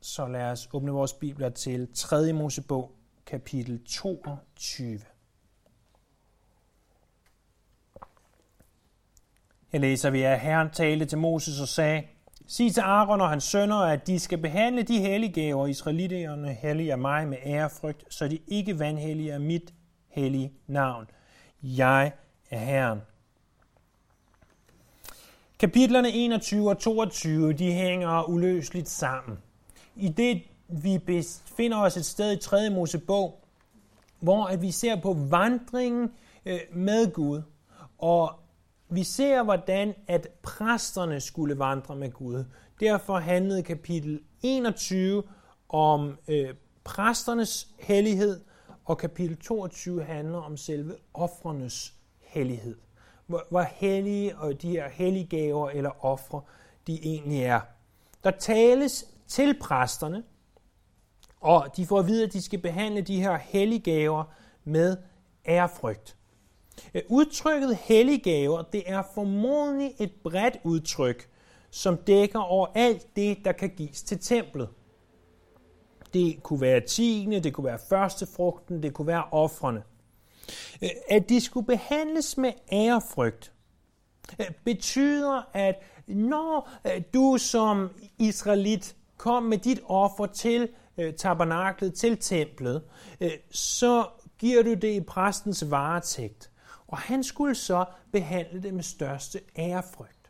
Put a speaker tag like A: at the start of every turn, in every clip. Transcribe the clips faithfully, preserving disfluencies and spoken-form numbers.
A: Så lad os åbne vores bibler til tredje Mosebog, kapitel toogtyve. Her læser vi, at Herren talte til Moses og sagde, sig til Aaron og hans sønner, at de skal behandle de helliggaver, israelitterne helliger mig med ærefrygt, så de ikke vanhelliger mit hellige navn. Jeg er Herren. Kapitlerne enogtyve og toogtyve, de hænger uløseligt sammen. I det vi befinder os et sted i tredje Mosebog, hvor at vi ser på vandringen med Gud, og vi ser, hvordan at præsterne skulle vandre med Gud. Derfor handlede kapitel enogtyve om øh, præsternes hellighed, og kapitel toogtyve handler om selve ofrenes hellighed. Hvor, hvor hellige og de her helliggaver eller ofre, de egentlig er. Der tales til præsterne, og de får at vide, at de skal behandle de her helliggaver med ærefrygt. Udtrykket helliggaver, det er formodentlig et bredt udtryk, som dækker over alt det, der kan gives til templet. Det kunne være tiende, det kunne være førstefrugten, det kunne være ofrene. At de skulle behandles med ærefrygt, betyder, at når du som israelit kom med dit offer til tabernaklet, til templet, så giver du det i præstens varetægt. Og han skulle så behandle det med største ærefrygt.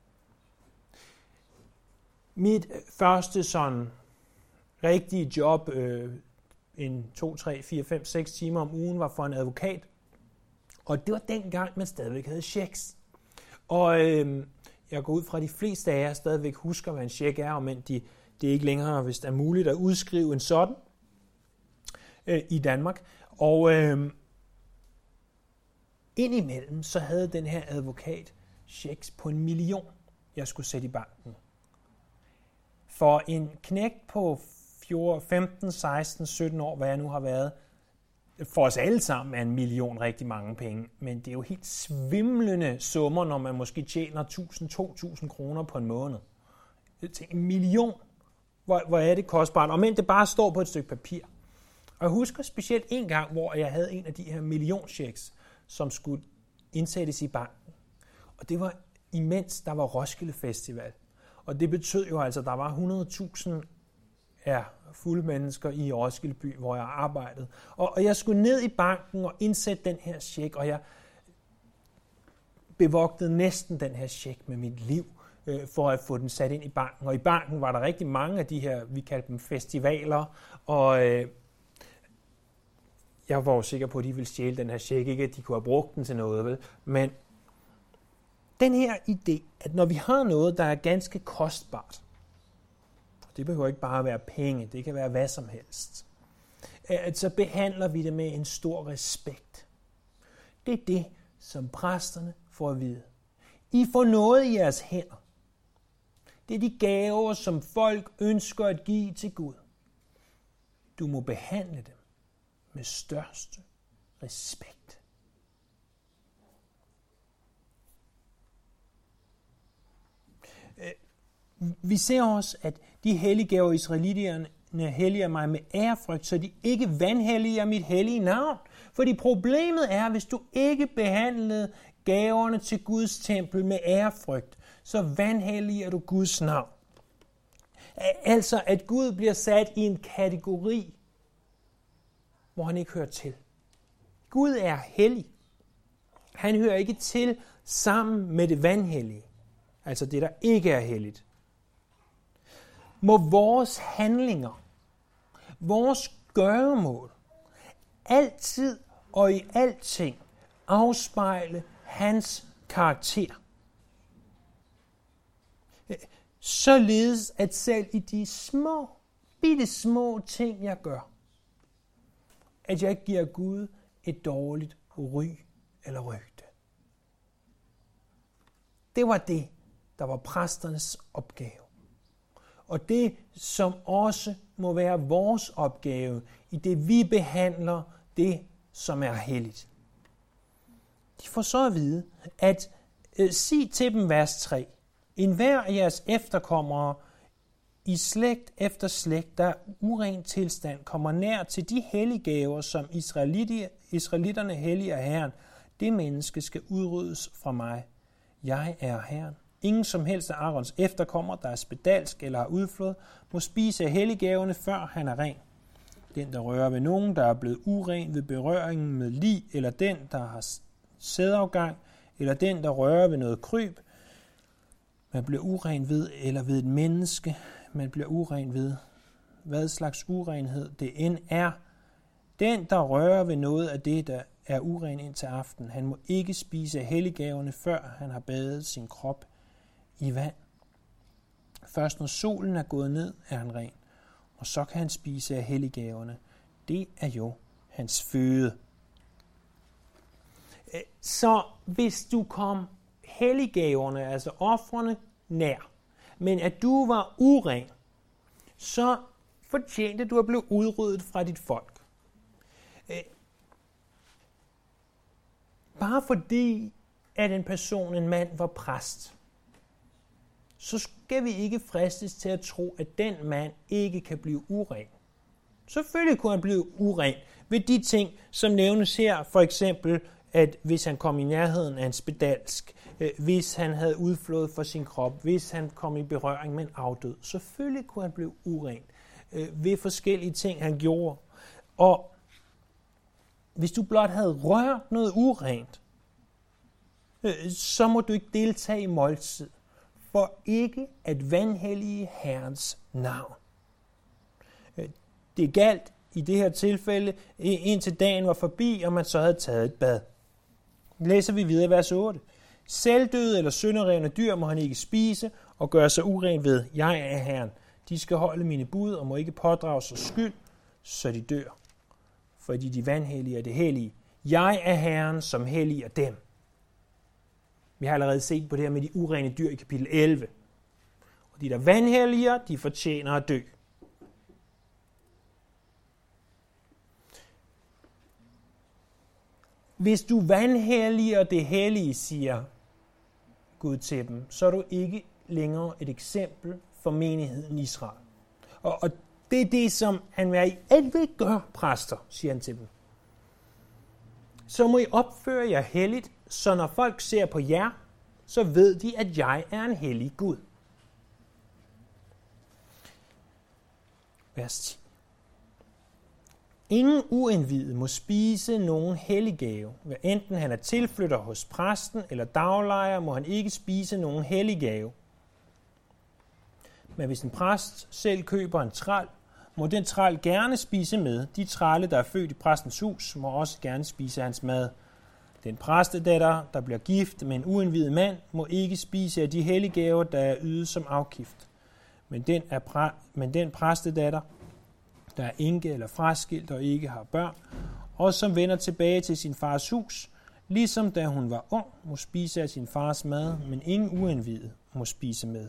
A: Mit første sådan rigtige job, øh, en to, tre, fire, fem, seks timer om ugen, var for en advokat. Og det var dengang, man stadigvæk havde checks. Og øh, jeg går ud fra, at de fleste af jer stadigvæk husker, hvad en check er, og men de, det er ikke længere, hvis det er muligt at udskrive en sådan øh, i Danmark. Og øh, indimellem så havde den her advokat checks på en million, jeg skulle sætte i banken. For en knægt på femten, seksten, sytten år, hvad jeg nu har været, for os alle sammen er en million rigtig mange penge, men det er jo helt svimlende summer, når man måske tjener tusind, to tusind kroner på en måned. Til en million, hvor, hvor er det kostbart, og men det bare står på et stykke papir. Og jeg husker specielt en gang, hvor jeg havde en af de her millionchecks, som skulle indsættes i banken. Og det var imens der var Roskilde Festival. Og det betød jo altså, at der var hundrede tusind ja, fulde mennesker i Roskilde by, hvor jeg arbejdede. Og, og jeg skulle ned i banken og indsætte den her check, og jeg bevogtede næsten den her check med mit liv, øh, for at få den sat ind i banken. Og i banken var der rigtig mange af de her, vi kaldte dem festivaler, og øh, jeg var jo sikker på, at de ville stjæle den her check, ikke at de kunne have brugt den til noget, vel? Men den her idé, at når vi har noget, der er ganske kostbart, det behøver ikke bare være penge, det kan være hvad som helst, at så behandler vi det med en stor respekt. Det er det, som præsterne får at vide. I får noget i jeres hænder. Det er de gaver, som folk ønsker at give til Gud. Du må behandle dem med største respekt. Vi ser også, at de helliggaver israelitterne helliger mig med ærefrygt, så de ikke vanhelliger mit hellige navn. Fordi problemet er, hvis du ikke behandlede gaverne til Guds tempel med ærefrygt, så vanhelliger du Guds navn. Altså, at Gud bliver sat i en kategori, hvor han ikke hører til. Gud er hellig. Han hører ikke til sammen med det vanhellige. Altså det, der ikke er helligt. Må vores handlinger, vores gøremål, altid og i alting afspejle hans karakter. Således at selv i de små, bitte små ting, jeg gør, at jeg ikke giver Gud et dårligt ry eller rygte. Det var det, der var præsternes opgave. Og det, som også må være vores opgave, i det vi behandler det, som er helligt. De får så at vide, at øh, sig til dem vers tre. En hver af jeres efterkommere i slægt efter slægt, der er uren tilstand, kommer nær til de helliggaver, som israelitterne helliger Herren, det menneske skal udryddes fra mig. Jeg er Herren. Ingen som helst af Aarons efterkommer, der er spedalsk eller har udflod, må spise af helliggaverne, før han er ren. Den, der rører ved nogen, der er blevet uren ved berøringen med lig, eller den, der har sædafgang, eller den, der rører ved noget kryb, man bliver uren ved, eller ved et menneske, man bliver uren ved. Hvad slags urenhed det end er. Den, der rører ved noget af det, der er uren indtil aften, han må ikke spise af helliggaverne, før han har badet sin krop i vand. Først når solen er gået ned, er han ren, og så kan han spise af helliggaverne. Det er jo hans føde. Så hvis du kom helliggaverne, altså ofrene, nær, men at du var uren, så fortjente du at blive udryddet fra dit folk. Bare fordi, at en person, en mand, var præst, så skal vi ikke fristes til at tro, at den mand ikke kan blive uren. Selvfølgelig kunne han blive uren ved de ting, som nævnes her, for eksempel, at hvis han kom i nærheden af en spedalsk, hvis han havde udflået for sin krop, hvis han kom i berøring med en afdød, selvfølgelig kunne han blive uren ved forskellige ting, han gjorde. Og hvis du blot havde rørt noget urent, så må du ikke deltage i måltid, for ikke at vanhellige Herrens navn. Det galt i det her tilfælde, indtil dagen var forbi, og man så havde taget et bad. Læser vi videre i vers otte. Selvdøde eller synderrevne dyr må han ikke spise og gøre sig uren ved. Jeg er Herren. De skal holde mine bud og må ikke pådrage sig skyld, så de dør. Fordi de vanhellige er det hellige. Jeg er Herren, som helliger dem. Vi har allerede set på det her med de urene dyr i kapitel elleve. Og de, der vanhelliger, de fortjener at dø. Hvis du vanhelliger det hellige, siger Gud til dem, så er du ikke længere et eksempel for menigheden Israel. Og, og det er det, som han vil i alt vil gøre, præster, siger han til dem. Så må I opføre jer helligt, så når folk ser på jer, så ved de, at jeg er en hellig Gud. Vers ti. Ingen uindviet må spise nogen helliggave. Hvad enten han er tilflytter hos præsten eller daglejer, må han ikke spise nogen helliggave. Men hvis en præst selv køber en træl, må den træl gerne spise med. De trælle, der er født i præstens hus, må også gerne spise hans mad. Den præstedatter, der bliver gift med en uindviet mand, må ikke spise af de helliggaver, der er ydet som afgift. Men den, er præ- men den præstedatter, der er enke eller fraskilt og ikke har børn, og som vender tilbage til sin fars hus, ligesom da hun var ung, må spise af sin fars mad, men ingen uindviet må spise med.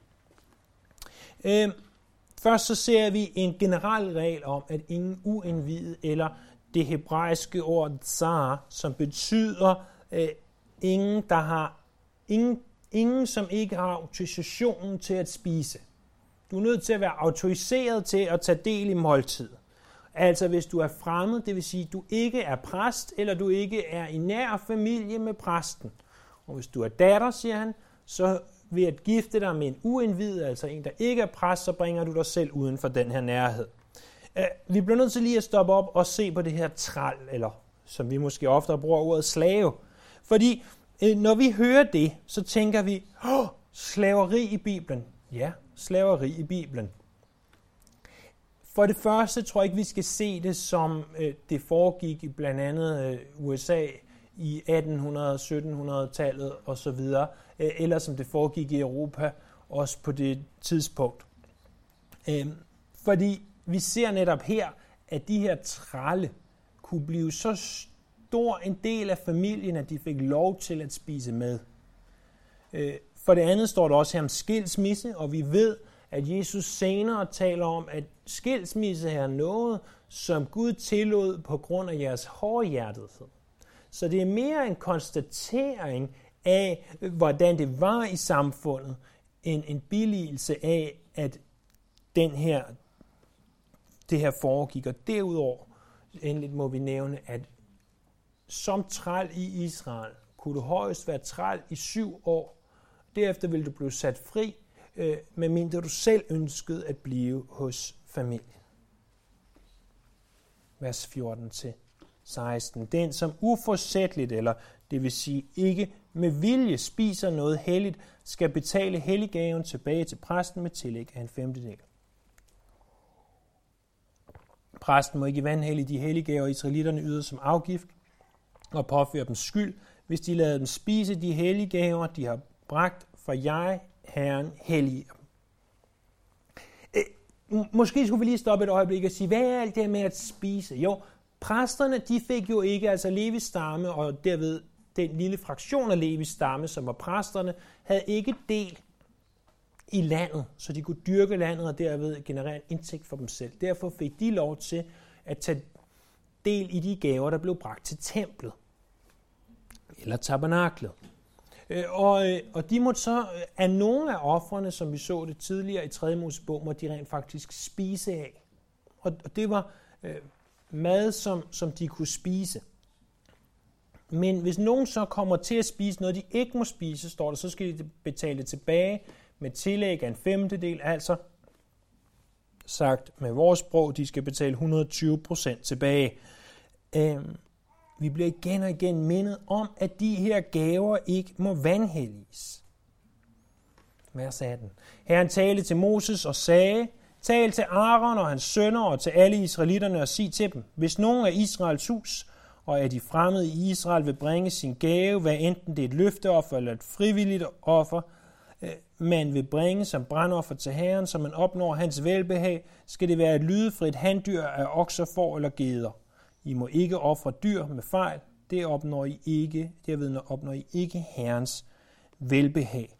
A: Øh, først så ser vi en generel regel om, at ingen uindviet, eller det hebraiske ord tsar, som betyder øh, ingen, der har ingen, ingen, som ikke har autorisationen til at spise. Du er nødt til at være autoriseret til at tage del i måltid. Altså hvis du er fremmed, det vil sige, at du ikke er præst, eller du ikke er i nær familie med præsten. Og hvis du er datter, siger han, så ved at gifte dig med en uindviet, altså en, der ikke er præst, så bringer du dig selv uden for den her nærhed. Vi bliver nødt til lige at stoppe op og se på det her træl, eller som vi måske ofte bruger ordet slave. Fordi når vi hører det, så tænker vi, åh, slaveri i Bibelen. Ja, slaveri i Bibelen. For det første tror jeg ikke, vi skal se det, som øh, det foregik i blandt andet øh, U S A i atten hundrede- sytten hundrede-tallet osv., øh, eller som det foregik i Europa også på det tidspunkt. Øh, fordi vi ser netop her, at de her trælle kunne blive så stor en del af familien, at de fik lov til at spise med. Øh, For det andet står der også her om skilsmisse, og vi ved, at Jesus senere taler om, at skilsmisse er noget, som Gud tillod på grund af jeres hårdhjertethed. Så det er mere en konstatering af, hvordan det var i samfundet, end en billigelse af, at den her, det her foregik. Og derudover endelig må vi nævne, at som træl i Israel kunne du højst være træl i syv år. Derefter ville du blive sat fri, øh, medmindre du selv ønskede at blive hos familien. Vers fjorten til seksten. Den, som uforsætligt, eller det vil sige ikke med vilje, spiser noget helligt, skal betale helliggaven tilbage til præsten med tillæg af en femtedel. Præsten må ikke vanhellige de helliggaver, israelitterne yder som afgift, og påføre dem skyld, hvis de lader dem spise de helliggaver, de har bragt, for jeg, Herren, helliger dem. Måske skulle vi lige stoppe et øjeblik og sige, hvad er alt det her med at spise? Jo, præsterne, de fik jo ikke, altså Levis stamme, og derved den lille fraktion af Levis stamme, som var præsterne, havde ikke del i landet, så de kunne dyrke landet og derved generere en indtægt for dem selv. Derfor fik de lov til at tage del i de gaver, der blev bragt til templet, eller tabernaklet. Og, og de måtte så, af nogle af ofrene, som vi så det tidligere i tredje Mosebog, måtte de rent faktisk spise af. Og, og det var øh, mad, som, som de kunne spise. Men hvis nogen så kommer til at spise noget, de ikke må spise, står der, så skal de betale det tilbage med tillæg af en femtedel, altså sagt med vores sprog, de skal betale et hundrede og tyve procent tilbage. Øhm, vi bliver igen og igen mindet om, at de her gaver ikke må vanhelliges. Vers atten. Herren talte til Moses og sagde, tal til Aaron og hans sønner og til alle israelitterne og sig til dem, hvis nogen af Israels hus og af de fremmede i Israel vil bringe sin gave, hvad enten det er et løfteoffer eller et frivilligt offer, man vil bringe som brandoffer til Herren, så man opnår hans velbehag, skal det være et lydefrit handdyr af okser, får eller geder. I må ikke ofre dyr med fejl, det opnår I ikke, derved opnår I ikke Herrens velbehag.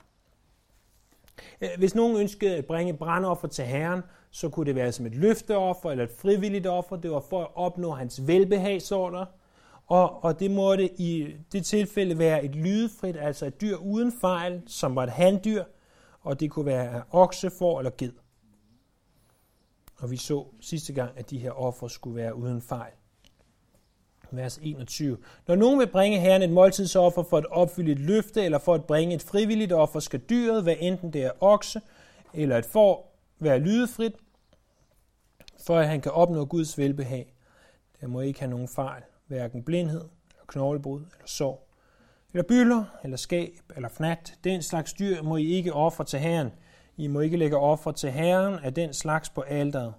A: Hvis nogen ønskede at bringe brandoffer til Herren, så kunne det være som et løfteoffer eller et frivilligt offer. Det var for at opnå hans velbehag, så der. Og, og det måtte i det tilfælde være et lydefrit, altså et dyr uden fejl, som var et handdyr, og det kunne være okse, får eller ged. Og vi så sidste gang, at de her offer skulle være uden fejl. Vers enogtyve. Når nogen vil bringe Herren et måltidsoffer for at opfylde et løfte, eller for at bringe et frivilligt offer, skal dyret, hvad enten det er okse eller et får, være lydefrit, for at han kan opnå Guds velbehag. Der må ikke have nogen fejl, hverken blindhed, eller knoglebrud, eller sår, eller bylder, eller skab, eller fnat. Den slags dyr må I ikke ofre til Herren. I må ikke lægge offer til Herren af den slags på alteret.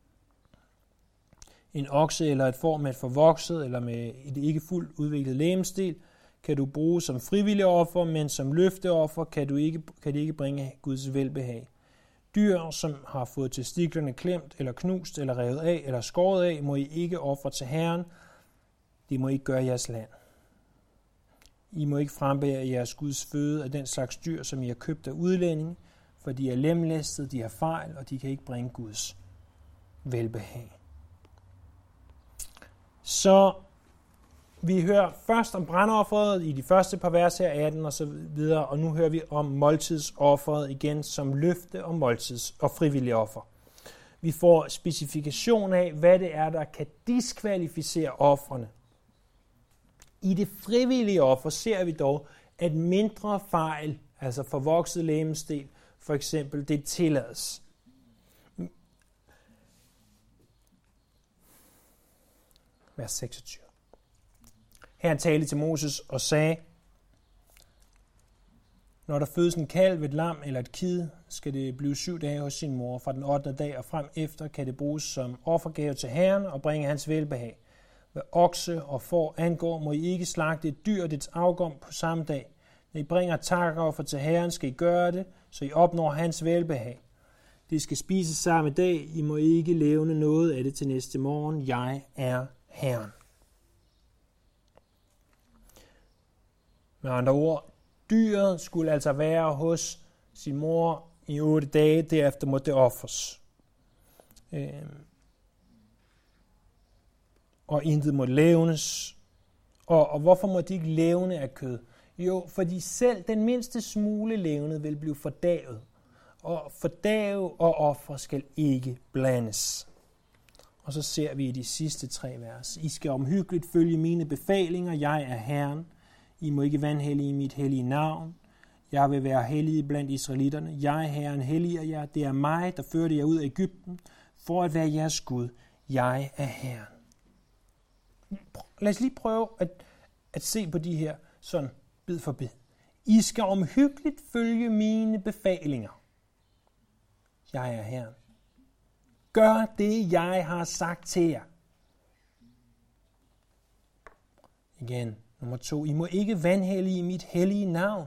A: En okse eller et får med et forvokset eller med et ikke fuldt udviklet legemsdel kan du bruge som frivillig offer, men som løfteoffer kan du ikke, kan de ikke bringe Guds velbehag. Dyr, som har fået testiklerne klemt eller knust eller revet af eller skåret af, må I ikke ofre til Herren. De må ikke gøre jeres land. I må ikke frembære jeres Guds føde af den slags dyr, som I har købt af udlændinge, for de er lemlæstet, de har fejl, og de kan ikke bringe Guds velbehag. Så vi hører først om brandofferet i de første par vers her, atten og så videre, og nu hører vi om måltidsofferet igen som løfte og måltids- og frivillig offer. Vi får specifikation af, hvad det er, der kan diskvalificere ofrene. I det frivillige offer ser vi dog, at mindre fejl, altså forvokset legemsdel, for eksempel, det tillades. Vers seksogtyve. Herren talte til Moses og sagde, når der fødes en kalv, et lam eller et kid, skal det blive syv dage hos sin mor. Fra den ottende dag og frem efter kan det bruges som offergave til Herren og bringe hans velbehag. Hvad okse og får angår, må I ikke slagte et dyr og dets afkom på samme dag. Når I bringer takoffer til Herren, skal I gøre det, så I opnår hans velbehag. Det skal spises samme dag. I må ikke levne noget af det til næste morgen. Jeg er Herren. Med andre ord, dyret skulle altså være hos sin mor i otte dage, derefter måtte det offres. Øhm. Og intet måtte levnes. Og, og hvorfor må de ikke levne af kød? Jo, fordi selv den mindste smule levnet vil blive fordavet. og fordave og ofre skal ikke blandes. Og så ser vi i de sidste tre vers. I skal omhyggeligt følge mine befalinger. Jeg er Herren. I må ikke vanhellige mit hellige navn. Jeg vil være hellig blandt israelitterne. Jeg, Herren, helliger jer. Det er mig, der førte jer ud af Egypten, for at være jeres Gud. Jeg er Herren. Lad os lige prøve at, at se på de her sådan bid for bid. I skal omhyggeligt følge mine befalinger. Jeg er Herren. Gør det, jeg har sagt til jer. Igen, nummer to. I må ikke vanhellige mit hellige navn.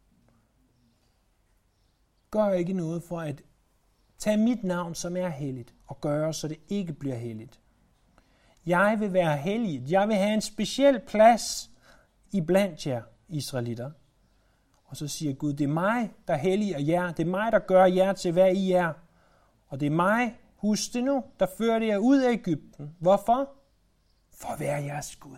A: Gør ikke noget for at tage mit navn, som er helligt, og gøre, så det ikke bliver helligt. Jeg vil være hellig. Jeg vil have en speciel plads i blandt jer, israelitter. Og så siger Gud, det er mig, der helliger jer. Det er mig, der gør jer til, hvad I er. Og det er mig, husk det nu, der førte jer ud af Egypten. Hvorfor? For at være jeres Gud.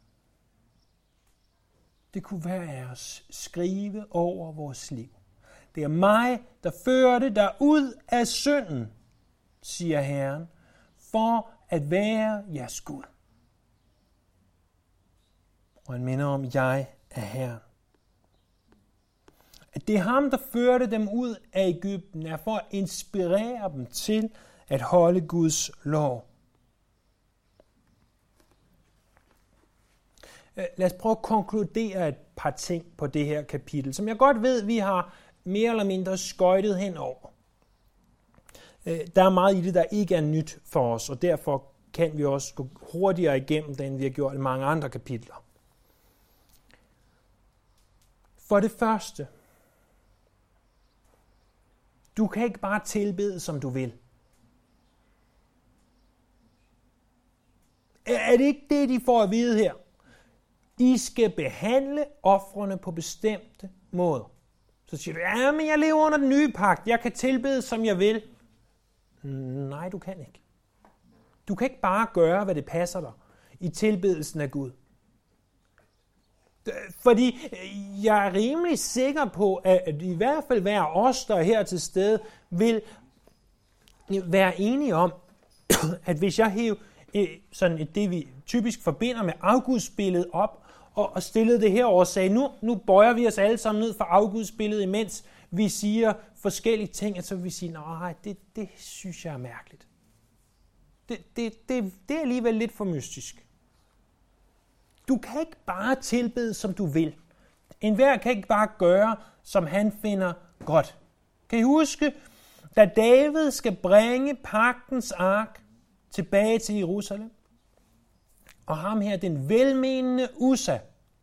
A: Det kunne være at skrive over vores liv. Det er mig, der førte dig ud af synden, siger Herren, for at være jeres Gud. Og han minder om, jeg er Herren. At det er ham, der førte dem ud af Egypten, er for at inspirere dem til at holde Guds lov. Lad os prøve at konkludere et par ting på det her kapitel, som jeg godt ved, vi har mere eller mindre skøjtet henover. Der er meget i det, der ikke er nyt for os, og derfor kan vi også gå hurtigere igennem det, end vi har gjort i mange andre kapitler. For det første, du kan ikke bare tilbede, som du vil. Er det ikke det, de får at vide her? I skal behandle ofrene på bestemte måder. Så siger du, ja, men jeg lever under den nye pagt. Jeg kan tilbede, som jeg vil. Nej, du kan ikke. Du kan ikke bare gøre, hvad det passer dig i tilbedelsen af Gud. Fordi jeg er rimelig sikker på, at i hvert fald hver os, der er her til stede, vil være enige om, at hvis jeg hæver sådan det, vi typisk forbinder med afgudsbilledet op, og stillede det her og sagde, nu, nu bøjer vi os alle sammen ned for afgudsbilledet, imens vi siger forskellige ting, og så vil vi sige, nej, det, det synes jeg er mærkeligt. Det, det, det, det er alligevel lidt for mystisk. Du kan ikke bare tilbede, som du vil. Enhver kan ikke bare gøre, som han finder godt. Kan I huske, da David skal bringe pagtens ark tilbage til Jerusalem, og ham her, den velmenende Ussa,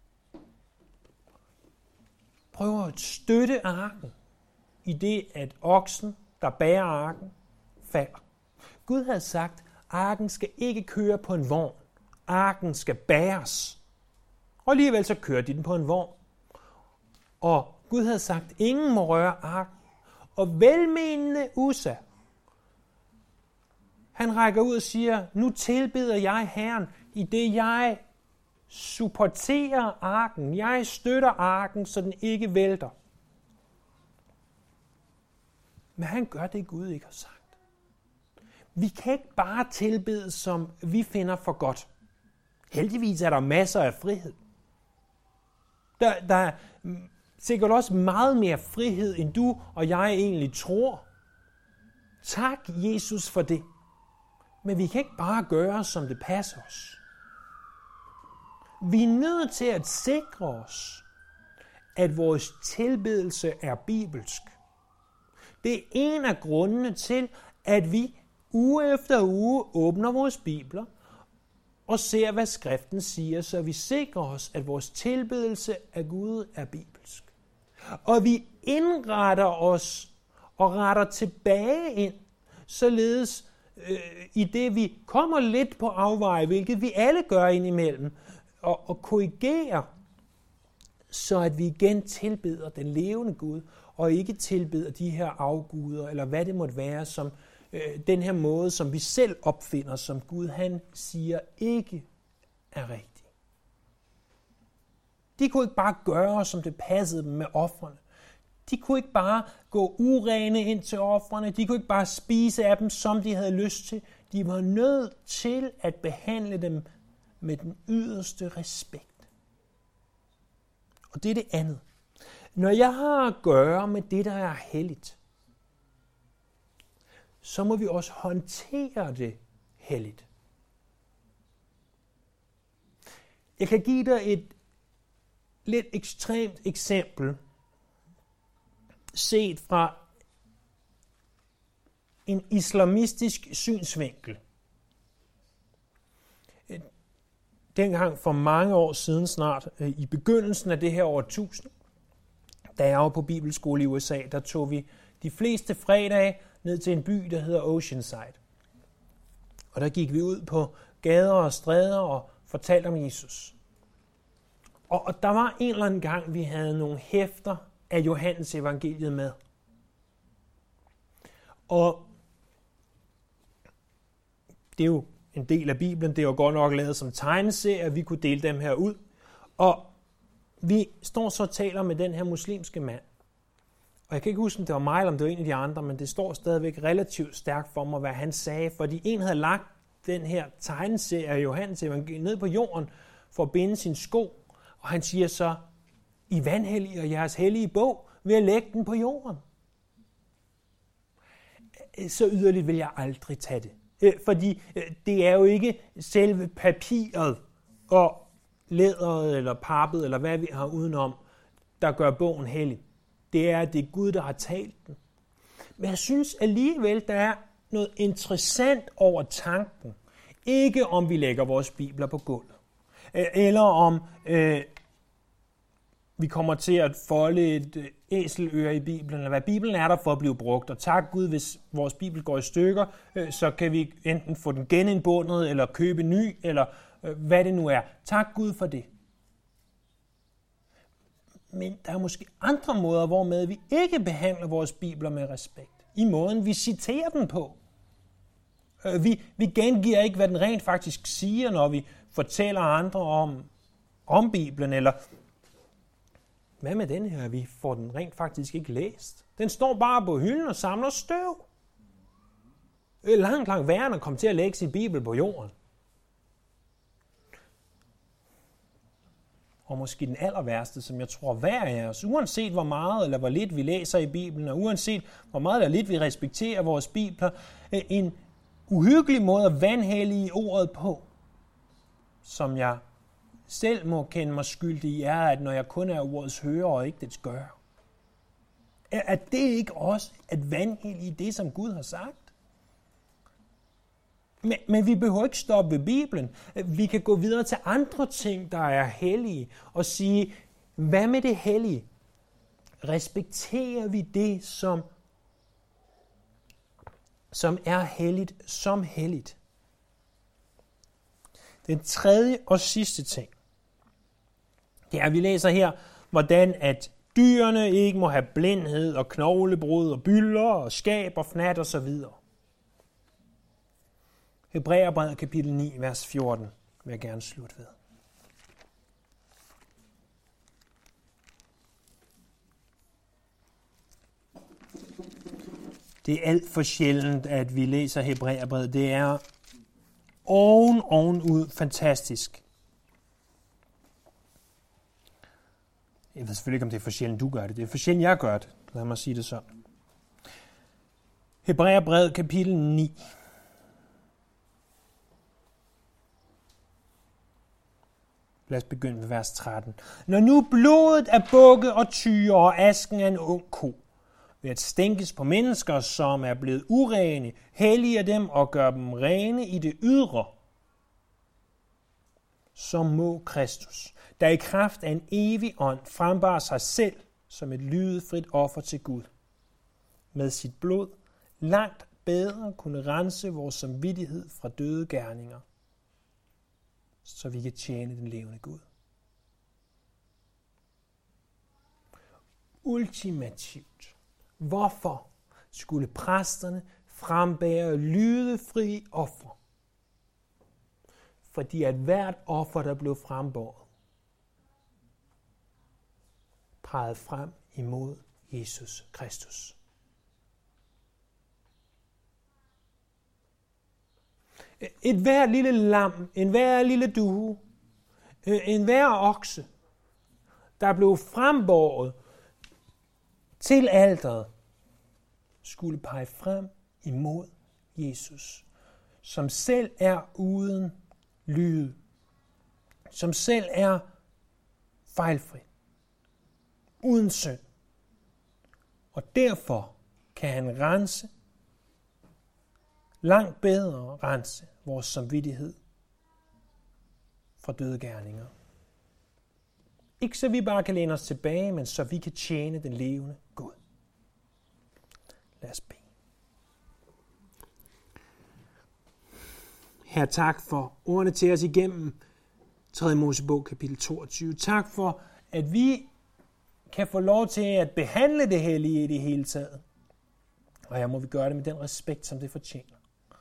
A: prøver at støtte arken, i det at oksen, der bærer arken, falder. Gud havde sagt, arken skal ikke køre på en vogn. Arken skal bæres. Og alligevel så kører de den på en vogn. Og Gud havde sagt, ingen må røre arken. Og velmenende Ussa, han rækker ud og siger, nu tilbeder jeg Herren, i det jeg supporterer arken. Jeg støtter arken, så den ikke vælter. Men han gør det, Gud ikke har sagt. Vi kan ikke bare tilbede, som vi finder for godt. Heldigvis er der masser af frihed. Der, der er sikkert også meget mere frihed, end du og jeg egentlig tror. Tak, Jesus, for det. Men vi kan ikke bare gøre, som det passer os. Vi er nødt til at sikre os, at vores tilbedelse er bibelsk. Det er en af grundene til, at vi uge efter uge åbner vores bibler og ser, hvad skriften siger, så vi sikrer os, at vores tilbedelse af Gud er bibelsk. Og vi indretter os og retter tilbage ind, således øh, i det vi kommer lidt på afveje, hvilket vi alle gør indimellem, og, og korrigerer, så at vi igen tilbeder den levende Gud, og ikke tilbeder de her afguder, eller hvad det måtte være, som øh, den her måde, som vi selv opfinder, som Gud han siger ikke er rigtig. De kunne ikke bare gøre, som det passede dem med ofrene. De kunne ikke bare gå urene ind til ofrene. De kunne ikke bare spise af dem, som de havde lyst til. De var nødt til at behandle dem med den yderste respekt. Og det er det andet. Når jeg har at gøre med det, der er helligt, så må vi også håndtere det helligt. Jeg kan give dig et lidt ekstremt eksempel, set fra en islamistisk synsvinkel. Dengang for mange år siden snart, i begyndelsen af det her årtusind, da jeg var på bibelskole i U S A, der tog vi de fleste fredage ned til en by, der hedder Oceanside. Og der gik vi ud på gader og stræder og fortalte om Jesus. Og, og der var en eller anden gang, vi havde nogle hæfter af Johannes evangeliet med. Og det er jo en del af Bibelen, det er jo godt nok lavet som tegneserie, vi kunne dele dem her ud. Og vi står så og taler med den her muslimske mand. Og jeg kan ikke huske, om det var mig, eller om det var en af de andre, men det står stadigvæk relativt stærkt for mig, hvad han sagde, fordi en havde lagt den her tegneserie af Johannes evangeliet ned på jorden for at binde sin sko, og han siger så, I vandhellige og jeres hellige bog, ved at lægge den på jorden. Så yderligt vil jeg aldrig tage det. Fordi det er jo ikke selve papiret og læderet eller pappet, eller hvad vi har udenom, der gør bogen hellig. Det er, at det er Gud, der har talt den. Men jeg synes alligevel, der er noget interessant over tanken. Ikke om vi lægger vores bibler på gulvet. Eller om øh, vi kommer til at folde et øh, æseløre i Bibelen, eller hvad Bibelen er der for at blive brugt. Og tak Gud, hvis vores bibel går i stykker, øh, så kan vi enten få den genindbundet, eller købe ny, eller øh, hvad det nu er. Tak Gud for det. Men der er måske andre måder, hvormed vi ikke behandler vores bibler med respekt. I måden, vi citerer den på. Vi, vi gengiver ikke, hvad den rent faktisk siger, når vi fortæller andre om, om Bibelen, eller hvad med den her? Vi får den rent faktisk ikke læst. Den står bare på hylden og samler støv. Det er langt, langt værre, end at komme til at lægge sin bibel på jorden. Og måske den aller værste, som jeg tror hver af os, uanset hvor meget eller hvor lidt vi læser i Bibelen, og uanset hvor meget eller lidt vi respekterer vores bibler, en uhyggelig måde at vanhellige ordet på, som jeg selv må kende mig skyldig i, er, at når jeg kun er ordets hører og ikke dets gør. Er det ikke også at vanhellige det, som Gud har sagt? Men, men vi behøver ikke stoppe ved Bibelen. Vi kan gå videre til andre ting, der er hellige, og sige, hvad med det hellige? Respekterer vi det, som, som er helligt, som helligt? Den tredje og sidste ting, det er, at vi læser her, hvordan at dyrene ikke må have blindhed og knoglebrud og bylder og skab og fnat og så videre. Hebræerbrevet kapitel ni, vers fjorten, vil jeg gerne slutte ved. Det er alt for sjældent, at vi læser Hebræerbrevet. Det er oven, ovenud fantastisk. Jeg ved selvfølgelig ikke, om det er for sjældent, du gør det. Det er for sjældent, jeg gør det. Lad mig sige det sådan. Hebræerbrevet kapitel ni. Lad os begynde med vers tretten. Når nu blodet af bukke og tyre og asken af en ung ko, ved at stænkes på mennesker, som er blevet urene, helliger dem og gør dem rene i det ydre, så må Kristus, der i kraft af en evig ånd frembar sig selv som et lydefrit offer til Gud, med sit blod langt bedre kunne rense vores samvittighed fra døde gerninger, så vi kan tjene den levende Gud. Ultimativt. Hvorfor skulle præsterne frembære lydefri ofre? Fordi at hvert offer, der blev frembåret, pegede frem imod Jesus Kristus. Et hver lille lam, en hver lille due, en hver okse, der blev frembåret til alteret, skulle pege frem imod Jesus, som selv er uden lyde, som selv er fejlfri, uden synd. Og derfor kan han rense, langt bedre rense vores samvittighed fra døde gerninger. Ikke så vi bare kan læne os tilbage, men så vi kan tjene den levende Gud. Lad os bede. Herre, tak for ordene til os igennem tredje Mosebog kapitel toogtyve. Tak for, at vi kan få lov til at behandle det hellige i det hele taget. Og her må vi gøre det med den respekt, som det fortjener.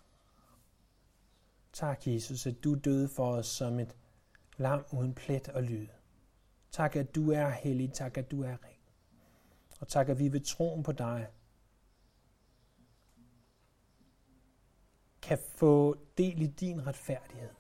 A: Tak, Jesus, at du døde for os som et lam uden plet og lyde. Tak, at du er hellig. Tak, at du er ren. Og tak, at vi ved troen på dig kan få del i din retfærdighed.